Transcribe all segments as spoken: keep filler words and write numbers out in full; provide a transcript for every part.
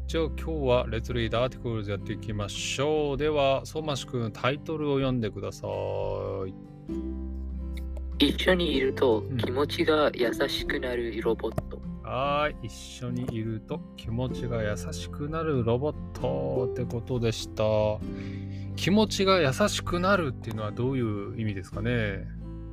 じゃあ今日は Let's Read Articles やっていきましょう。では、相馬市くんタイトルを読んでください。 一緒にいるとうん気持ちが優しくなるロボット。 はーい、一緒にいると気持ちが優しくなるロボットってことでした。気持ちが優しくなるっていうのはどういう意味ですかね。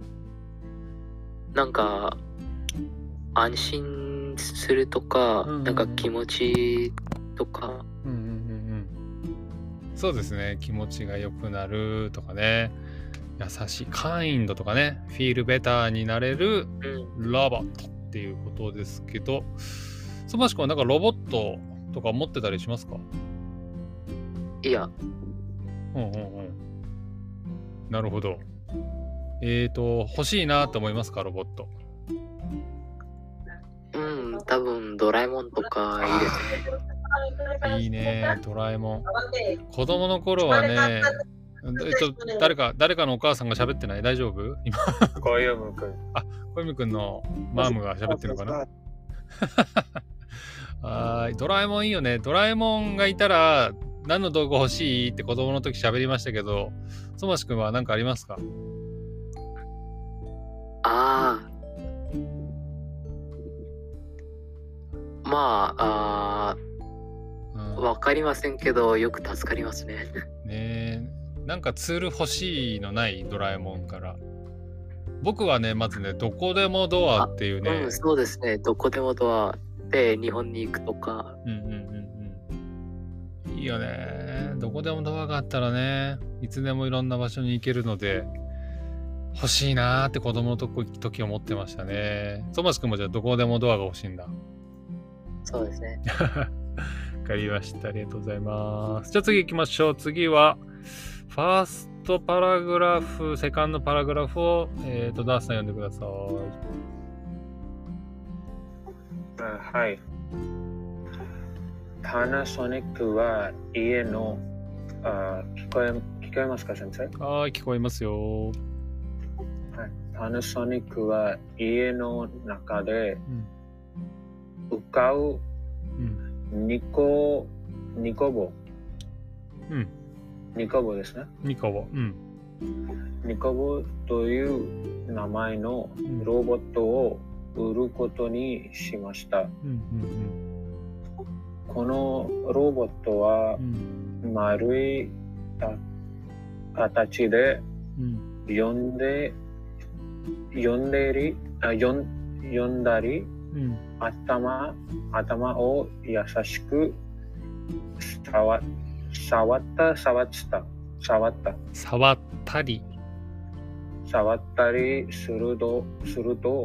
なんか安心するとか、 うんうんうんなんか気持ちとか、 うんうんうんうんそうですね。気持ちが良くなるとかね。優しい、カインドとかね。フィールベターになれるうん、 ロボットっていうことですけど、そばしくんはなんかロボットとか持ってたりしますか？ いや、 うんうんうん。なるほど。えーと、欲しいなと思いますか、ロボット。 うん、多分ドラえもんとかいいですね。 いいね、ドラえもん。子供の頃はね、えっと、誰か、誰かのお母さんが喋ってない？大丈夫？今、 小読くん。 あ、小泉くんのマームが喋ってるのかな？はーい、ドラえもんいいよね。ドラえもんがいたら、何の道具欲しいって子供の時喋りましたけど、そましくんは何かありますか？ ああ、まあ、あうんーわかりませんけど、よく助かりますね。 ねえ、なんかツール欲しいのない？ドラえもんから。僕はね、まずね、どこでもドアっていうね、 うん、そうですね。どこでもドアで日本に行くとか、 うんうんうんうん。いいよね。どこでもドアがあったらね、いつでもいろんな場所に行けるので、欲しいなーって子供の時時思ってましたね。ソマス君もじゃあどこでもドアが欲しいんだ。 そうですね。 わかりました。ありがとうございます。じゃあ次行きましょう。次は、ファーストパラグラフ、セカンドパラグラフを、えっ、と、ダースさん読んでください。 あはい。パナソニックは家の、あ聞こえ聞こえますか、先生？ はい、聞こえますよ。 はい。パナソニックは家の中でうん。 浮かううん。 ニコ、ニコボ。 うん。 ニコボですね。 ニカは。うん。 ニコボという名前のロボットを売ることにしました。 うん。 このロボットはうん。うん。 丸い形でうん。 読んで、読んでり、あ読ん読んだり、 うん。 頭、頭を優しく触触った、触った、触った、 触ったり。 触ったりすると、すると、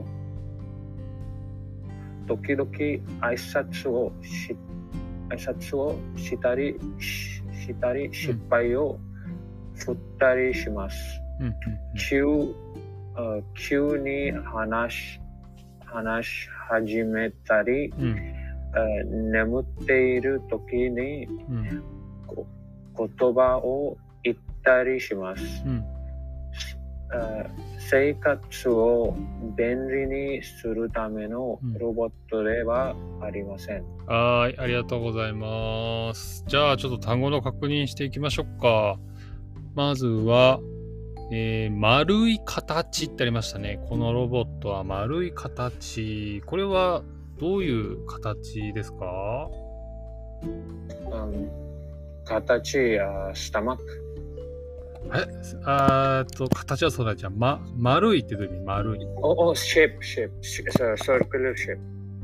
時々挨拶をし、挨拶をしたりししたり、失敗を振ったりします。 うん。 急、あ急に話し、話し始めたり、 うん。うん。 あ眠っている時にうん。 こ言葉を言ったりします。 うん。 あ生活を便利にするためのロボットではありません。 はい、ありがとうございます。じゃあ、ちょっと単語の確認していきましょうか。まずは、えー丸い形ってありましたね。このロボットは丸い形。これはどういう形ですか？ うん形、あスタマック。 えあーっと、形はそうだじゃん。ま、丸いってどういう意味？丸い。 お、お、シェイプ、シェイプ、シャークルシェイプ。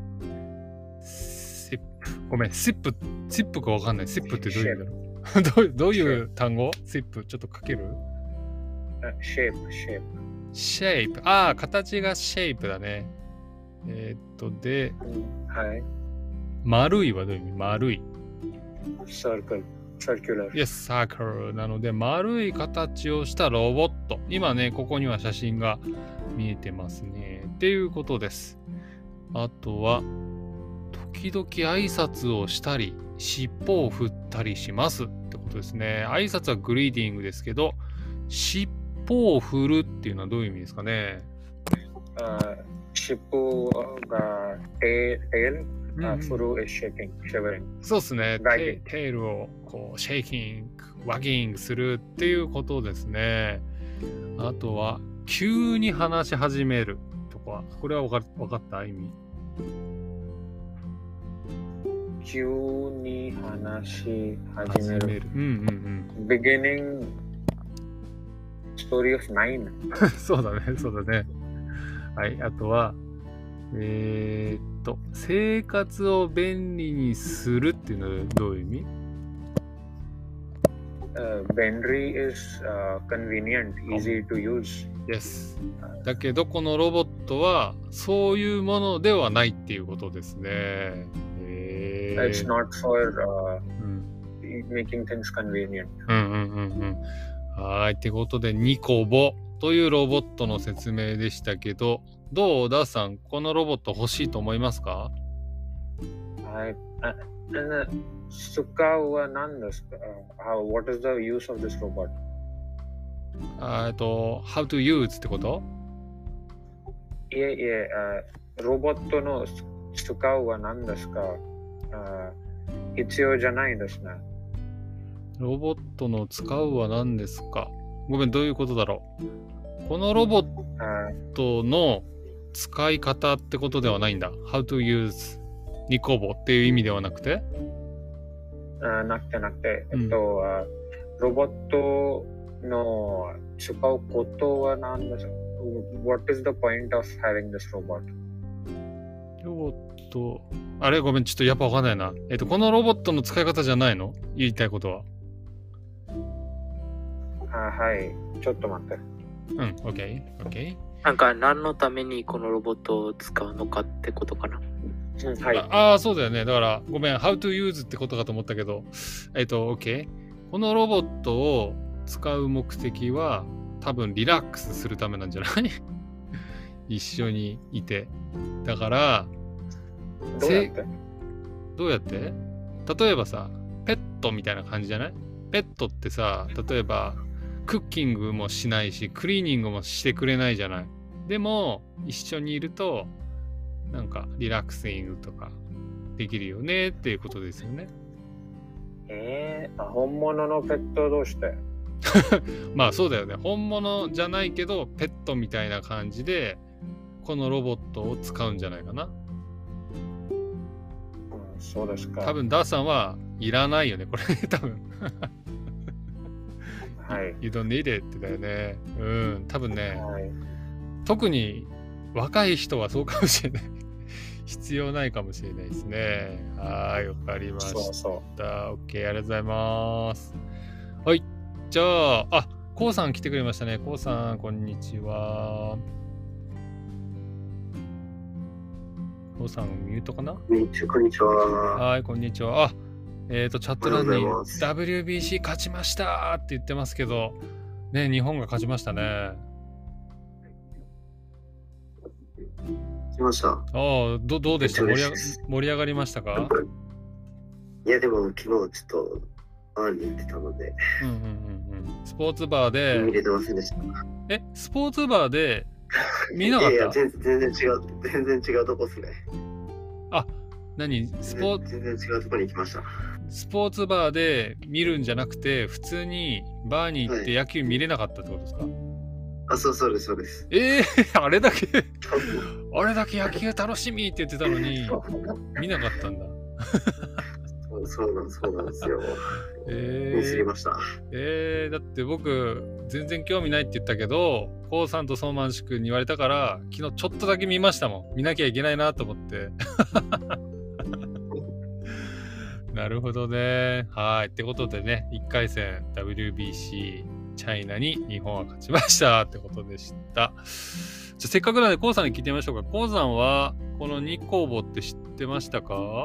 シップ。ごめん、シップ、シップかわかんない。シップってどういう意味だろうどうどういう単語？シップ、ちょっと書ける？ シェイプ、シェイプ。 シェイプ。ああ、形がシェイプだね。えーっと、で、 はい。 丸いはどういう意味？丸い。 サークル、サーキュラー。 Yes, circle なので丸い形をしたロボット。今ね、ここには写真が見えてますね。っていうことです。あとは、時々挨拶をしたり、尻尾を振ったりしますってことですね。挨拶はグリーディングですけど、尻尾を振るっていうのはどういう意味ですかね。 あ尻尾がテール、 うん Uh, furu is shaking, shivering. そうですね。テ Wagging. テールをこうシェイキング、ワギングするっていうことですね。あとは、急に話し始めるとか、これは分か分かった意味？ 急に話し始める。 うんうん Beginning story of nine. うん。そうだね、そうだね。はい、あとは、えー、っと、生活を便利にするっていうのはどういう意味？ Uh, Benry is uh, convenient, easy to use. Yes。だけど、このロボットはそういうものではないっていうことですね。えー It's not for uh, うん making things convenient. うんうんうんうん。はい。ってことで、ニコボというロボットの説明でしたけど、どうダーさん、このロボット欲しいと思いますか？ はい。あ、and Sukaは何ですか？ How, what is the use of this robot? あえっと、how to use ってこと？ いえいえ、あロボットの使うは何ですか？あ必要じゃないですね。 ロボットの使うは何ですか？ごめん、どういうことだろう？このロボッあトの使い方ってことではないんだ。how to use ニコボっていう意味ではなくて？ あなくてなくて、 うんえっと、あロボットの使うことは何ですか？ What is the point of having this robot? ロボット、あれごめん、ちょっとやっぱわかんないな。えっと、このロボットの使い方じゃないの？言いたいことは。 あはい、ちょっと待って。 うん、OK、OK。 なんか何のためにこのロボットを使うのかってことかな。 うん、はい。 ああー、そうだよね。だから、ごめん、how to use ってことかと思ったけど、えっと、OK。このロボットを使う目的は、多分リラックスするためなんじゃない？一緒にいて。だから、 どうやって？ どうやって例えばさ、ペットみたいな感じじゃない？ペットってさ、例えば、クッキングもしないし、クリーニングもしてくれないじゃない。でも、一緒にいると、なんか、リラクシングとかできるよねっていうことですよね。 えー、あ本物のペットどうして？ まあそうだよね。本物じゃないけど、ペットみたいな感じで、このロボットを使うんじゃないかな。 うん、そうですか。 多分、ダーさんはいらないよね、これ。多分。 はい。 You don't need it ってだよね。うん、多分ね、 はい。 特に若い人はそうかもしれない。必要ないかもしれないですね。はい、わかりました。 そうそ OK、ありがとうございます。はい、じゃあ、あ、コウさん来てくれましたね。コウさん、こんにちは。コウさん、ミュートかな？ こんにちは。こんにちは。 はい、こんにちは。あ、えっ、と、チャット欄おはよにうございますダブリュービーシー 勝ちましたって言ってますけど、ね、日本が勝ちましたね。あ来ました。 あ、どどうでした？盛り上がめっちゃ嬉しいです盛り上がりましたか？ いや、でも昨日ちょっとバーに行ってたので、 うんうんうんうん。スポーツバーで、 見れてませんでした。 え、スポーツバーで見なかった？ いやいや、全全然違う、全然違うとこっすね。 あ、何スポ全然全然違うとこに行きました。 スポーツバーで見るんじゃなくて、普通にバーに行って野球見れなかったってことですか？ あ、そうそうです、そうです。 えー、あれだけあれだけ野球楽しみって言ってたのに見なかったんだ。 そうそうなんそうなんですよ。 えミスりー、 ました。 えー、だって僕全然興味ないって言ったけど、コウさんとソーマンシ君に言われたから昨日ちょっとだけ見ましたもん。見なきゃいけないなと思って。なるほどね。はい。ってことでね、いっかい戦 ダブリュービーシー チャイナに日本は勝ちましたってことでした。じゃあせっかくなのでコウさんに聞いてみましょうか。コウさんはこのニコボって知ってましたか？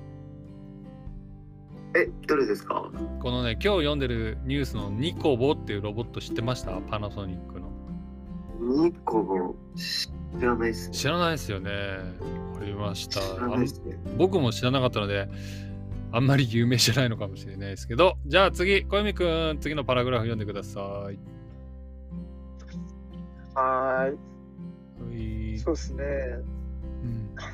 え、どれですか？ このね、今日読んでるニュースのニコボっていうロボット知ってました？パナソニックの。 ニコも知らないっすね。 知らないですよね。わかりました。 知らないっすね。 僕も知らなかったので、あんまり有名じゃないのかもしれないですけど、じゃあ次、小泉くん、次のパラグラフ読んでください。 はーい。 はい。 そうですね。 うん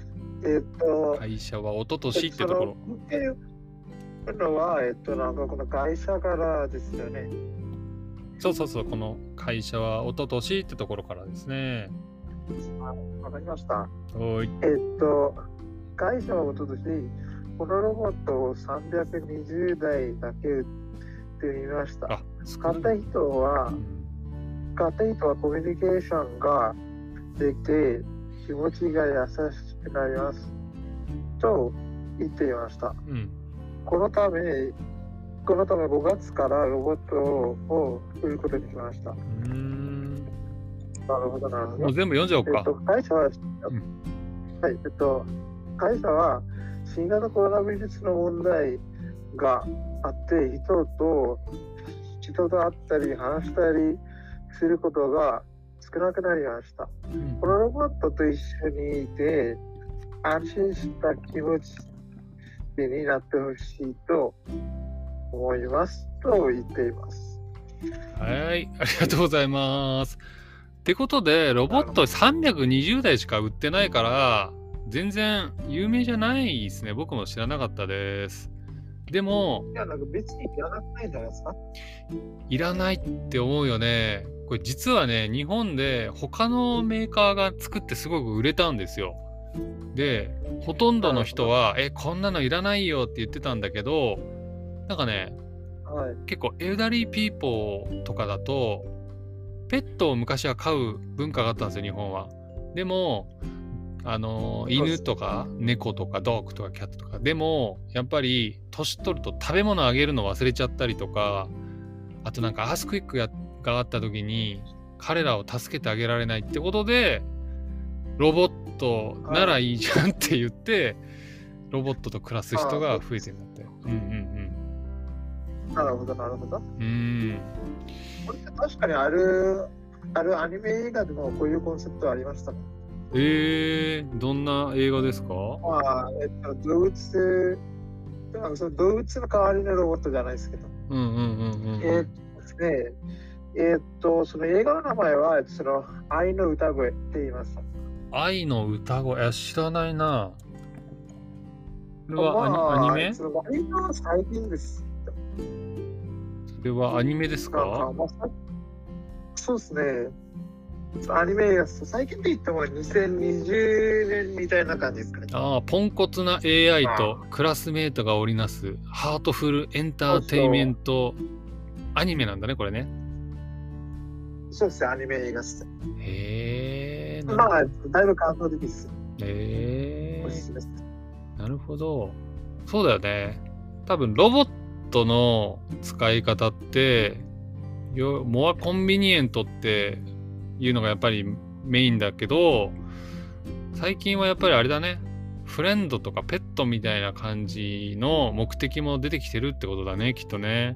えっと、 会社は一昨年ってところ。 物件のは、えっと、なんかこの会社からですよね。 そうそうそう、この会社は一昨年ってところからですね。 わかりました。 おい。 えっと、会社はおととし、このロボットをさんびゃくにじゅうだいだけ売ってみました。 あ、 買った人は、 うん買った人はコミュニケーションができて、気持ちが優しくなりますと言っていました。 うん。 このため、このためごがつからロボットを売ることにしました。 うーん。 なるほど、なるほど。 もう全部読んじゃおうか。 えっと、会社は、 んはい、えっと、会社は新型コロナウイルスの問題があって、人と人と会ったり話したりすることが少なくなりました。 うんこのロボットと一緒にいて、安心した気持ちになってほしいと思いますと言っています。 はい、ありがとうございます。ってことで、ロボットさんびゃくにじゅうだいしか売ってないから、全然有名じゃないですね。僕も知らなかったです。でも、 いや、なんか別にいらなくないんじゃないですか。 いらないって思うよね。これ実はね、日本で他のメーカーが作ってすごく売れたんですよ。で、ほとんどの人は、え、こんなのいらないよって言ってたんだけど、なんかね、 はい。 結構エルダリーピーポーとかだと、ペットを昔は飼う文化があったんですよ、日本は。でも、あの犬とか猫とかドッグとかキャットとかでもやっぱり年取ると食べ物あげるの忘れちゃったりとか、あとなんかアースクイックがあった時に彼らを助けてあげられないってことで、ロボットならいいじゃんって言ってロボットと暮らす人が増えてるんだって。うんうんなるほど、なるほど。 うん。うん。 これって確かにある、あるアニメ映画でもこういうコンセプトありましたね。 えー、どんな映画ですか？ まあ、えっと、動物、なんかその動物の代わりのロボットじゃないですけど。 うんうんうんうん。 えーっとですね、えーっと、その映画の名前は、その愛の歌声って言います。 愛の歌声、いや知らないな。これはアニ,、 まあ、 アニメ？ その割と最近です。 それはアニメですなんかか？ まあ、さそうですね。アニメが最近で言ってもにせんにじゅうねんみたいな感じですかね。 ああ、ポンコツな エーアイ とクラスメートが織りなすハートフルエンターテイメントアニメなんだね、これね。 そうですね、アニメ映画っす。 へえ。 まあ、だいぶ感動的です。 へえ。 おすすめです。 なるほど。そうだよね。多分ロボットの使い方ってよモアコンビニエントっていうのがやっぱりメインだけど、最近はやっぱりあれだね、フレンドとかペットみたいな感じの目的も出てきてるってことだね、きっとね。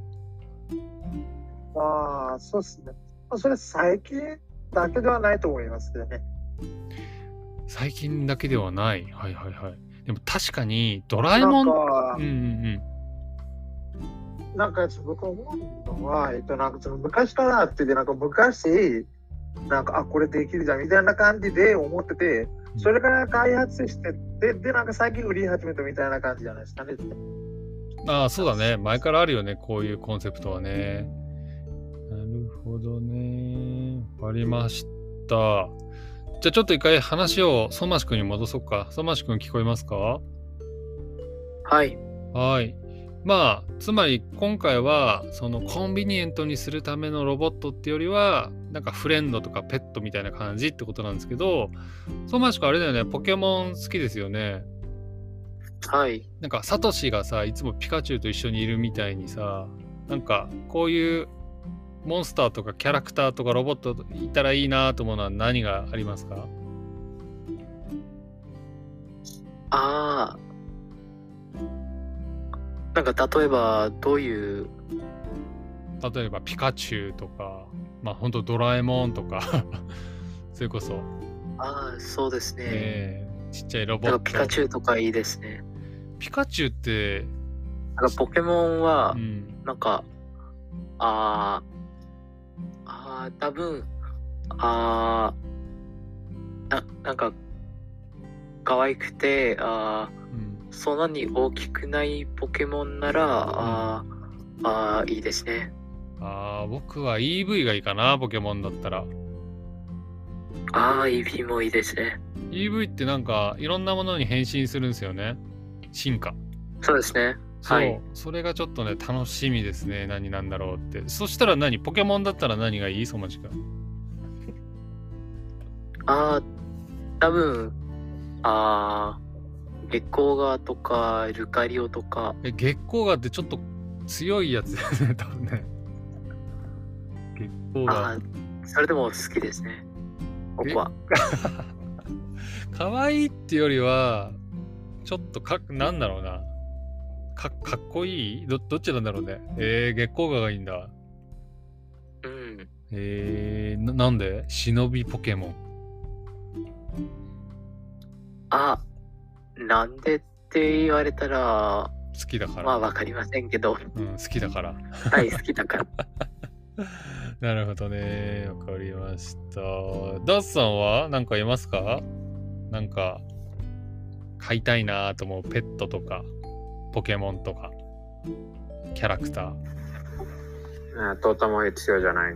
まあ、そうですね。それ最近だけではないと思いますけどね。 最近だけではない。はいはいはい。でも確かにドラえもん、 なんかうんうんなんか僕思うのは、えっと、なんかその昔からあってて、なんか昔、なんか、あ、これできるじゃんみたいな感じで思ってて、それから開発してで、で、なんか最近売り始めたみたいな感じじゃないですかね。 うん。ああ、そうだね。前からあるよね、こういうコンセプトはね。なるほどね。わかりました。じゃあちょっと一回話をソマシ君に戻そうか。ソマシ君聞こえますか？ はい。 はい。まあ、つまり今回はそのコンビニエントにするためのロボットってよりは、なんかフレンドとかペットみたいな感じってことなんですけど、ソマシ君あれだよね、ポケモン好きですよね。 はい。 なんかサトシがさ、いつもピカチュウと一緒にいるみたいにさ、なんかこういうモンスターとかキャラクターとかロボットいたらいいなと思うのは何がありますか？ ああ。なんか例えばどういう、 例えばピカチュウとか、まあほんとドラえもんとかそれこそ、 ああ、そうですね。 ね、ちっちゃいロボット。 なんかピカチュウとかいいですね。 ピカチュウってなんかポケモンはう、ん、 なんか、ああ、ああ、多分、ああ、な、なんか、 可愛くて、あうん。 ーそんなに大きくないポケモンなら、あーあーいいですね。 ああ、僕は イーブイ がいいかな、ポケモンだったら。 ああ、イービーもいいですね。 イーブイ ってなんかいろんなものに変身するんですよね。進化。 そうですね。 そう、 はい。 それがちょっとね、楽しみですね。何なんだろうって。そしたら何ポケモンだったら何がいいそまじか。 ああ、多分、ああ、月光川とか、ルカリオとか、 え、月光川ってちょっと強いやつですね、多分ね。月光あ川。 あ、それでも好きですね。僕は。 可愛いってよりは、ちょっとか、なんだろうな。か、かっこいいど、どっちなんだろうね。えー、月光川がいいんだ。 うん。 えー、な、なんで忍びポケモン。 あ、なんでって言われたら、 好きだから。 まあわかりませんけど、 うん、好きだから。 はい、好きだから。 なるほどね。わかりました。ダースさんは何かいますか？なんか、飼いたいなと思うペットとか、ポケモンとか、キャラクター。 あとても必要じゃない。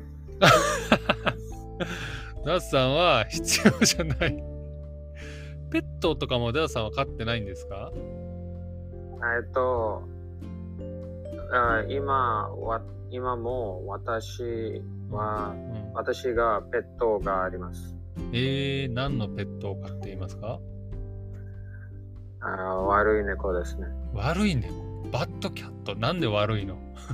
ダースさんは必要じゃない。ペットとかもダースさんは飼ってないんですか？ えっと、あ今わ、今も私は、 うん、 私がペットがあります。 えー、何のペットを飼っていますか？ あ悪い猫ですね。 悪い猫。バッドキャット。なんで悪いの？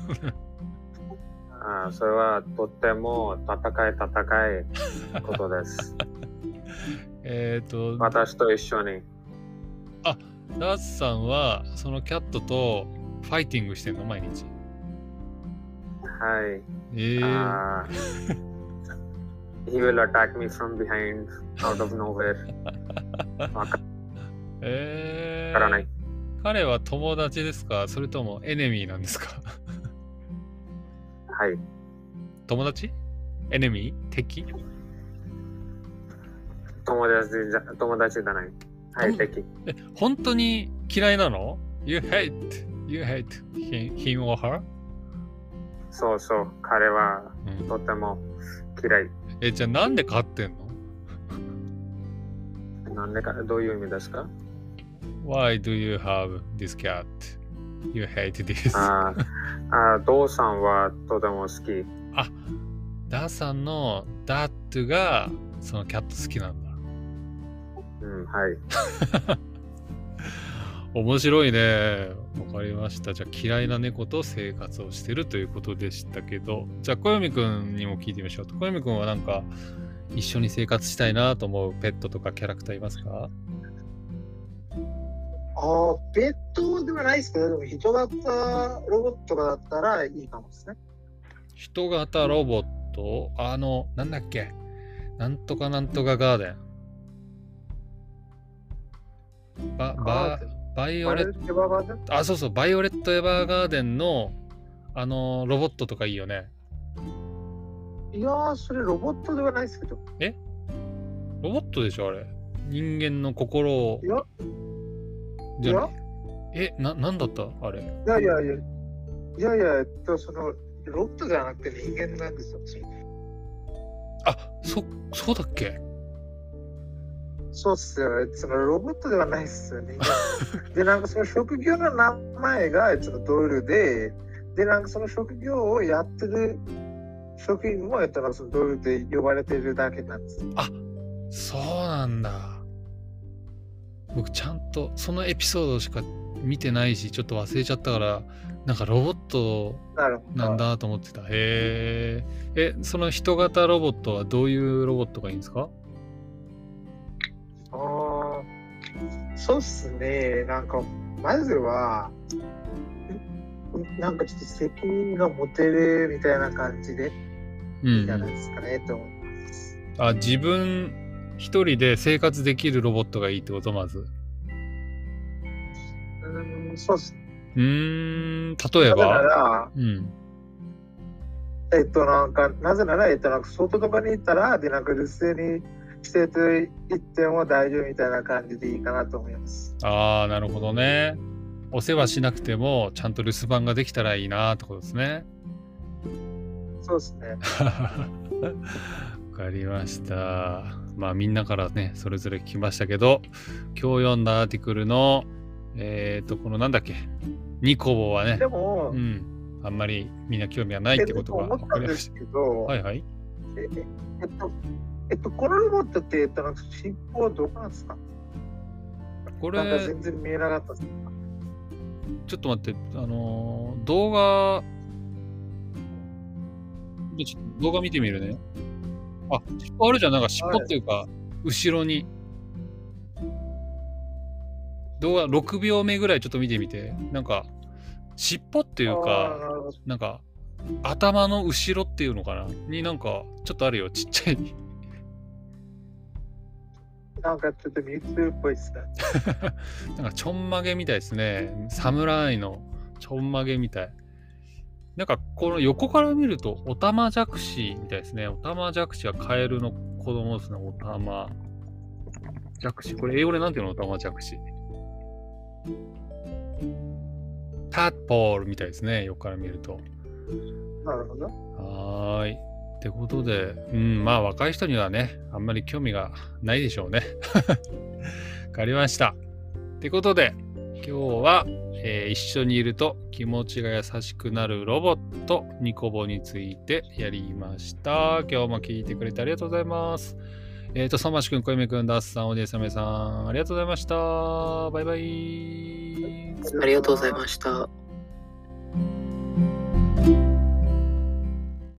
あそれはとっても戦い戦いことです。 えっと、 私と一緒に。 ダースさんはそのキャットとファイティングしてんの毎日。 はい。 えー、 あ He will attack me from behind, out of nowhere. わかえー、 らない。 彼は友達ですか？それともエネミーなんですか？ はい。 友達？エネミー？敵？ 友達じゃ友達じゃない。はい、 友敵。 え、本当に嫌いなの？ You hate, you hate him, him or her? そうそう。彼はうん、 とても嫌い。 え、じゃあなんで飼ってんの？ なんでか、どういう意味ですか？ Why do you have this cat? You hate this. ああ、父さんはとても好き。 あ、ダーさんのダットがそのキャット好きなんだ。 うん、はい。 面白いね。わかりました。じゃあ嫌いな猫と生活をしてるということでしたけど、じゃあ小読くんにも聞いてみましょう。小読くんはなんか一緒に生活したいなと思うペットとかキャラクターいますか？ ああ、ペットではないですけど、でも人型ロボットとかだったらいいかもですね。 人型ロボット、あの、なんだっけ、なんとかなんとかガーデン。バ、バ、バイオレット、 バイオレットエヴァーガーデンあ、そうそう、バイオレットエヴァーガーデンの、あの、ロボットとかいいよね。 いやー、それロボットではないですけど。 ロボットでしょ、あれ。人間の心を。 いや、 じゃあいえ、な、なんだったあれ。 いやいやいや、いやいや、えっと、その、ロボットじゃなくて人間なんですよ。 あ、そ、そうだっけ？ そうっすよ。そのロボットではないっすよね。で、なんかその職業の名前がちょっとドイルで、で、なんかその職業をやってる職員も、えっと、なんかそのドイルで呼ばれてるだけなんです。 あ、そうなんだ。僕ちゃんとそのエピソードしか見てないし、ちょっと忘れちゃったから、なんかロボットなるほど。 なんだと思ってた。へえ。え、その人型ロボットはどういうロボットがいいんですか？ あーそうっすね。なんか、まずは、んなんかちょっと責任が持てるみたいな感じで、 ういいんじゃないん。 ですかね、と思います。 あ、自分一人で生活できるロボットがいいってこと、まず。 うん、そうっすね。 うーん、例えだかばら、 うん。 えっと、なんか、なぜなら、えっと、なんか、外とかに行ったら、で、なんか、留守に季節行っても大丈夫みたいな感じでいいかなと思います。 ああ、なるほどね。お世話しなくてもちゃんと留守番ができたらいいなってことですね。 そうですね。 わかりました。まあみんなからね、それぞれ聞きましたけど、今日読んだアーティクルの、えっと、このなんだっけ、ニコボはね、 でも、 うん、あんまりみんな興味がないってことが思ったんで分かりましすけど、 た。はいはい。 ええっと、えっと、このロボットって、えっと、なんか尻尾はどこなんですか？ こなんかれ、 全然見えなかったです。 ちょっと待って、あのー動画、でちょっと動画見てみるね。あ、尻尾あるじゃん。なんか尻尾っていうか、後ろに。動画ろくびょうめぐらいちょっと見てみて。なんか、尻尾っていうあーか、 なるほど。 なんか、頭の後ろっていうのかなになんか、ちょっとあるよ。ちっちゃい。 なんかちょっとミュウツーっぽいですね。 なんかちょんまげみたいですね。侍のちょんまげみたい。なんかこの横から見るとオタマジャクシみたいですね。オタマジャクシはカエルの子供ですね。オタマジャクシ。これ英語でなんていうの？オタマジャクシ。タッポールみたいですね。横から見ると。 なるほど。 はーい。ってことで、うん、まあ若い人にはね、あんまり興味がないでしょうね。わかりました。ってことで、今日は、えー一緒にいると気持ちが優しくなるロボットニコボについてやりました。今日も聞いてくれてありがとうございます。えっ、ー、と、相馬市くん、小夢くん、ダッサん、おじいさめさん、ありがとうございました。バイバイ。 ありがとうございました。